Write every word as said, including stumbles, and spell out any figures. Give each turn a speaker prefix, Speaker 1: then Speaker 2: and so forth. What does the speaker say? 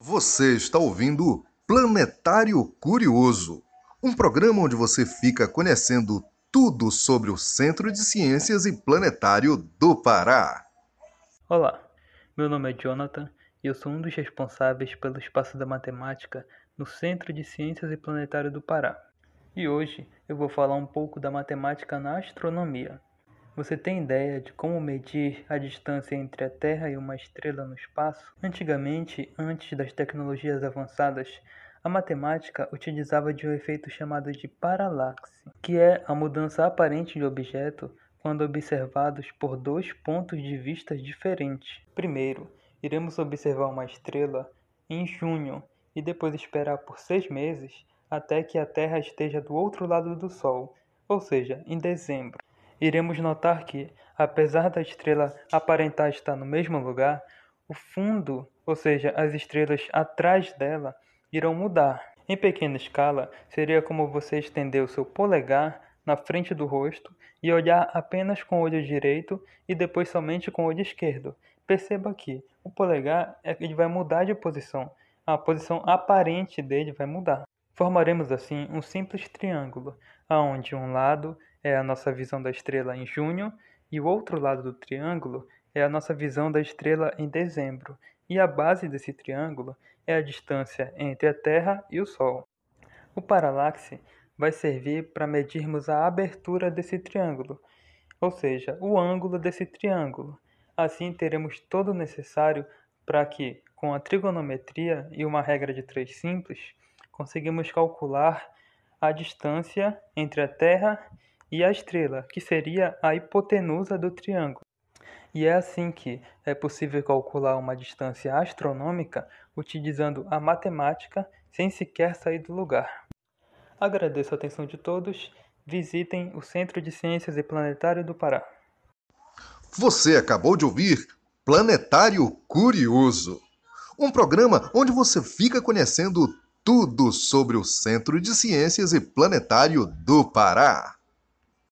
Speaker 1: Você está ouvindo Planetário Curioso, um programa onde você fica conhecendo tudo sobre o Centro de Ciências e Planetário do Pará.
Speaker 2: Olá, meu nome é Jonathan e eu sou um dos responsáveis pelo espaço da matemática no Centro de Ciências e Planetário do Pará. E hoje eu vou falar um pouco da matemática na astronomia. Você tem ideia de como medir a distância entre a Terra e uma estrela no espaço? Antigamente, antes das tecnologias avançadas, a matemática utilizava de um efeito chamado de paralaxe, que é a mudança aparente de objeto quando observados por dois pontos de vista diferentes. Primeiro, iremos observar uma estrela em junho e depois esperar por seis meses até que a Terra esteja do outro lado do Sol, ou seja, em dezembro. Iremos notar que, apesar da estrela aparentar estar no mesmo lugar, o fundo, ou seja, as estrelas atrás dela, irão mudar. Em pequena escala, seria como você estender o seu polegar na frente do rosto e olhar apenas com o olho direito e depois somente com o olho esquerdo. Perceba que o polegar ele vai mudar de posição. A posição aparente dele vai mudar. Formaremos assim um simples triângulo, onde um lado é a nossa visão da estrela em junho e o outro lado do triângulo é a nossa visão da estrela em dezembro. E a base desse triângulo é a distância entre a Terra e o Sol. O paralaxe vai servir para medirmos a abertura desse triângulo, ou seja, o ângulo desse triângulo. Assim teremos todo o necessário para que, com a trigonometria e uma regra de três simples, conseguimos calcular a distância entre a Terra e a estrela, que seria a hipotenusa do triângulo. E é assim que é possível calcular uma distância astronômica utilizando a matemática sem sequer sair do lugar. Agradeço a atenção de todos. Visitem o Centro de Ciências e Planetário do Pará.
Speaker 1: Você acabou de ouvir Planetário Curioso, um programa onde você fica conhecendo tudo sobre o Centro de Ciências e Planetário do Pará.